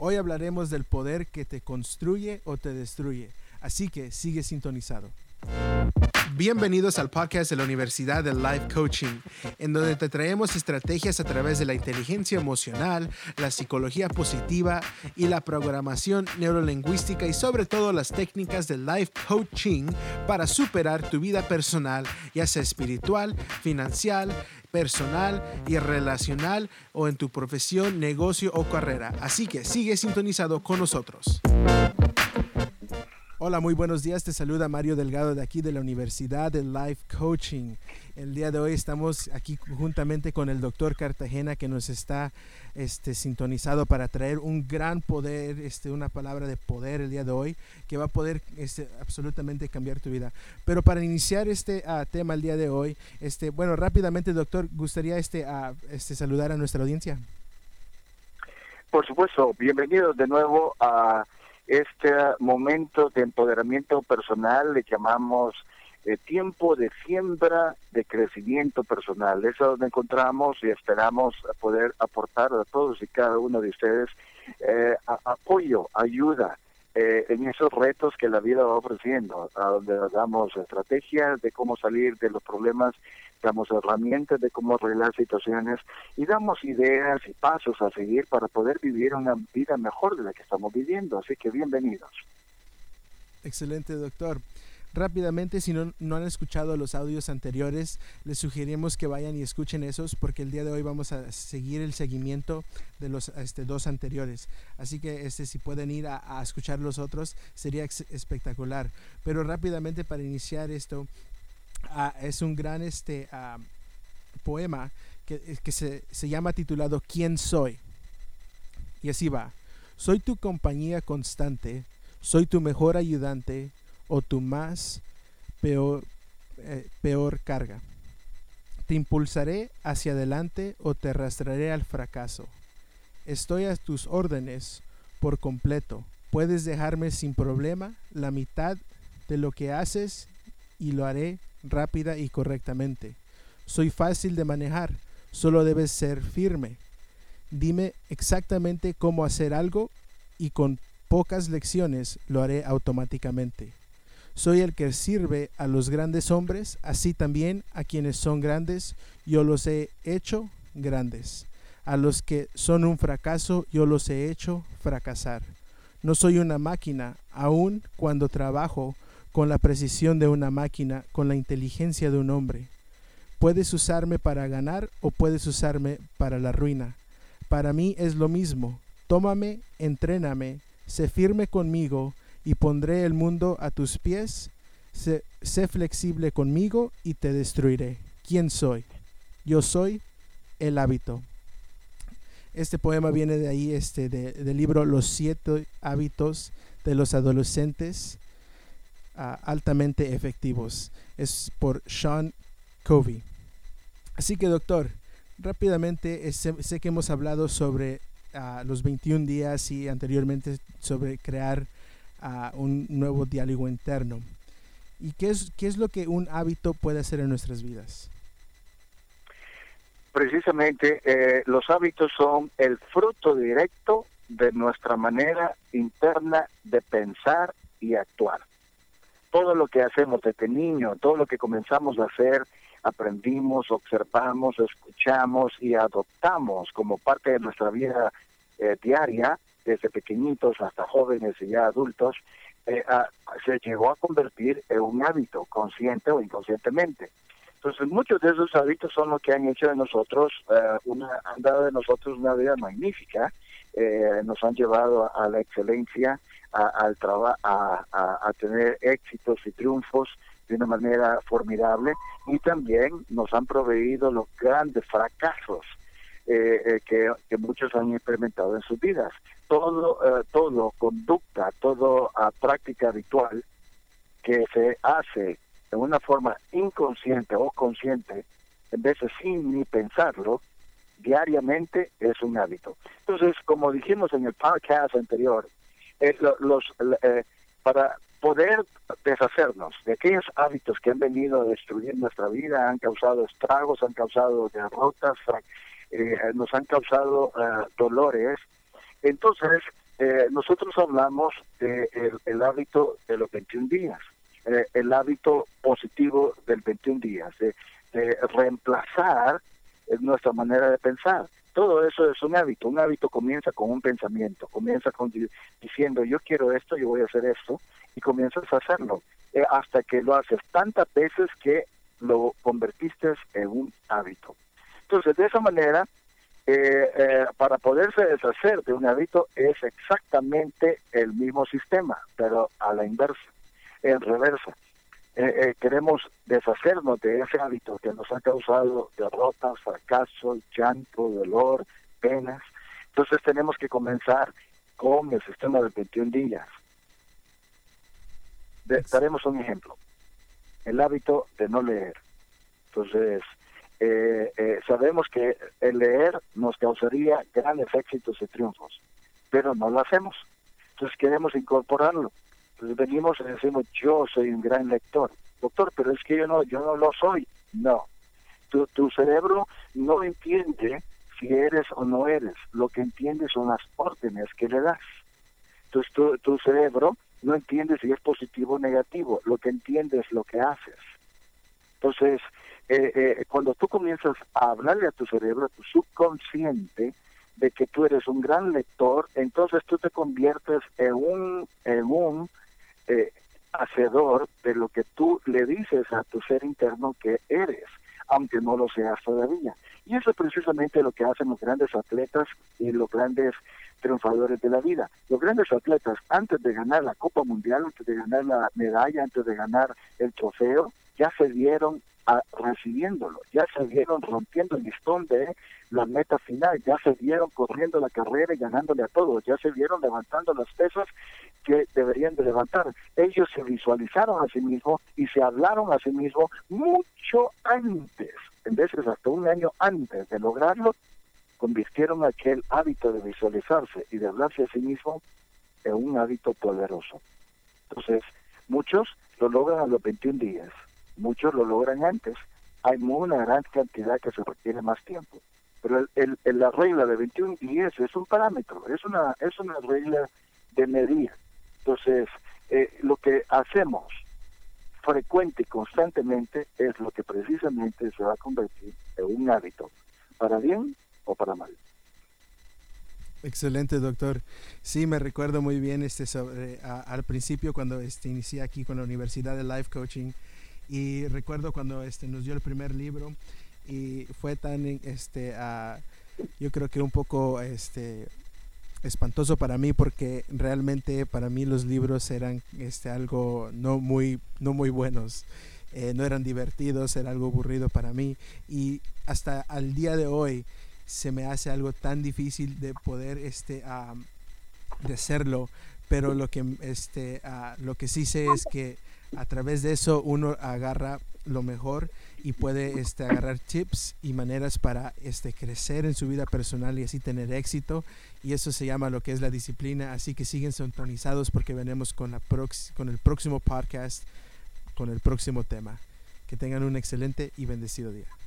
Hoy hablaremos del poder que te construye o te destruye. Así que sigue sintonizado. Bienvenidos al podcast de la Universidad de Life Coaching, en donde te traemos estrategias a través de la inteligencia emocional, la psicología positiva y la programación neurolingüística, y sobre todo las técnicas de Life Coaching para superar tu vida personal, ya sea espiritual, financiera, personal y relacional, o en tu profesión, negocio o carrera. Así que sigue sintonizado con nosotros. Hola, muy buenos días. Te saluda Mario Delgado de aquí de la Universidad de Life Coaching. El día de hoy estamos aquí juntamente con el doctor Cartagena, que nos está sintonizado para traer un gran poder, una palabra de poder el día de hoy que va a poder absolutamente cambiar tu vida. Pero para iniciar este tema el día de hoy, rápidamente, doctor, gustaría saludar a nuestra audiencia. Por supuesto, bienvenidos de nuevo a este momento de empoderamiento personal. Le llamamos tiempo de siembra de crecimiento personal. Eso es donde encontramos y esperamos poder aportar a todos y cada uno de ustedes apoyo, ayuda en esos retos que la vida va ofreciendo, a donde nos damos estrategias de cómo salir de los problemas, damos herramientas de cómo arreglar situaciones y damos ideas y pasos a seguir para poder vivir una vida mejor de la que estamos viviendo. Así que bienvenidos. Excelente, doctor. Rápidamente, si no han escuchado los audios anteriores, les sugerimos que vayan y escuchen esos, porque el día de hoy vamos a seguir el seguimiento de los dos anteriores. Así que si pueden ir a escuchar los otros, sería espectacular. Pero rápidamente, para iniciar esto, es un gran poema que se llama titulado ¿Quién soy? Y así va. Soy tu compañía constante, soy tu mejor ayudante o tu más peor carga. Te impulsaré hacia adelante o te arrastraré al fracaso. Estoy a tus órdenes por completo. Puedes dejarme sin problema la mitad de lo que haces y lo haré rápida y correctamente. Soy fácil de manejar, solo debes ser firme. Dime exactamente cómo hacer algo y con pocas lecciones lo haré automáticamente. Soy el que sirve a los grandes hombres, así también a quienes son grandes, yo los he hecho grandes. A los que son un fracaso, yo los he hecho fracasar. No soy una máquina, aun cuando trabajo con la precisión de una máquina, con la inteligencia de un hombre. Puedes usarme para ganar o puedes usarme para la ruina. Para mí es lo mismo. Tómame, entréname, sé firme conmigo y pondré el mundo a tus pies. Sé flexible conmigo y te destruiré. ¿Quién soy? Yo soy el hábito. Este poema viene de ahí, del libro Los 7 hábitos de los adolescentes altamente efectivos. Es por Sean Covey. Así que, doctor, rápidamente, sé que hemos hablado sobre los 21 días y anteriormente sobre crear un nuevo diálogo interno. ¿Y qué es lo que un hábito puede hacer en nuestras vidas? Precisamente, los hábitos son el fruto directo de nuestra manera interna de pensar y actuar. Todo lo que hacemos desde niño, todo lo que comenzamos a hacer, aprendimos, observamos, escuchamos y adoptamos como parte de nuestra vida diaria, desde pequeñitos hasta jóvenes y ya adultos, se llegó a convertir en un hábito, consciente o inconscientemente. Entonces, muchos de esos hábitos son los que han hecho de nosotros, han dado de nosotros una vida magnífica, nos han llevado a la excelencia, a tener éxitos y triunfos de una manera formidable, y también nos han proveído los grandes fracasos que muchos han experimentado en sus vidas. Todo conducta, todo práctica habitual que se hace de una forma inconsciente o consciente, en vez de sin ni pensarlo, diariamente es un hábito. Entonces, como dijimos en el podcast anterior, para poder deshacernos de aquellos hábitos que han venido a destruir nuestra vida, han causado estragos, han causado derrotas, nos han causado dolores, entonces nosotros hablamos de el hábito de los 21 días, el hábito positivo del 21 días, de reemplazar nuestra manera de pensar. Todo eso es un hábito. Un hábito comienza con un pensamiento, comienza diciendo yo quiero esto, yo voy a hacer esto, y comienzas a hacerlo, hasta que lo haces tantas veces que lo convertiste en un hábito. Entonces, de esa manera, para poderse deshacer de un hábito es exactamente el mismo sistema, pero a la inversa, en reversa. Queremos deshacernos de ese hábito que nos ha causado derrotas, fracasos, llanto, dolor, penas. Entonces tenemos que comenzar con el sistema de 21 días. Daremos un ejemplo. El hábito de no leer. Entonces, sabemos que el leer nos causaría grandes éxitos y triunfos, pero no lo hacemos. Entonces queremos incorporarlo. Entonces venimos y decimos, yo soy un gran lector. Doctor, pero es que yo no lo soy. No. Tu cerebro no entiende si eres o no eres. Lo que entiende son las órdenes que le das. Entonces tu cerebro no entiende si es positivo o negativo. Lo que entiende es lo que haces. Entonces, cuando tú comienzas a hablarle a tu cerebro, a tu subconsciente, de que tú eres un gran lector, entonces tú te conviertes en un hacedor de lo que tú le dices a tu ser interno que eres, aunque no lo seas todavía. Y eso es precisamente lo que hacen los grandes atletas y los grandes triunfadores de la vida. Los grandes atletas, antes de ganar la Copa Mundial, antes de ganar la medalla, antes de ganar el trofeo, ya se vieron recibiéndolo, ya se vieron rompiendo el listón de la meta final, ya se vieron corriendo la carrera y ganándole a todos, ya se vieron levantando las pesas que deberían de levantar. Ellos se visualizaron a sí mismos y se hablaron a sí mismos mucho antes, en veces hasta un año antes de lograrlo, convirtieron aquel hábito de visualizarse y de hablarse a sí mismo en un hábito poderoso. Entonces, muchos lo logran a los 21 días, muchos lo logran antes. Hay una gran cantidad que se requiere más tiempo. Pero la regla de 21 días es un parámetro, es una regla de medida. Entonces, lo que hacemos frecuente y constantemente es lo que precisamente se va a convertir en un hábito, para bien o para mal. Excelente, doctor. Sí, me recuerdo muy bien sobre al principio cuando inicié aquí con la Universidad de Life Coaching, y recuerdo cuando nos dio el primer libro y fue tan yo creo que un poco espantoso para mí, porque realmente para mí los libros eran algo no muy buenos. No eran divertidos, era algo aburrido para mí, y hasta al día de hoy se me hace algo tan difícil de poder de hacerlo, pero lo que sí sé es que a través de eso uno agarra lo mejor y puede agarrar tips y maneras para crecer en su vida personal y así tener éxito, y eso se llama lo que es la disciplina. Así que siguen sintonizados porque venimos con el próximo podcast, con el próximo tema. Que tengan un excelente y bendecido día.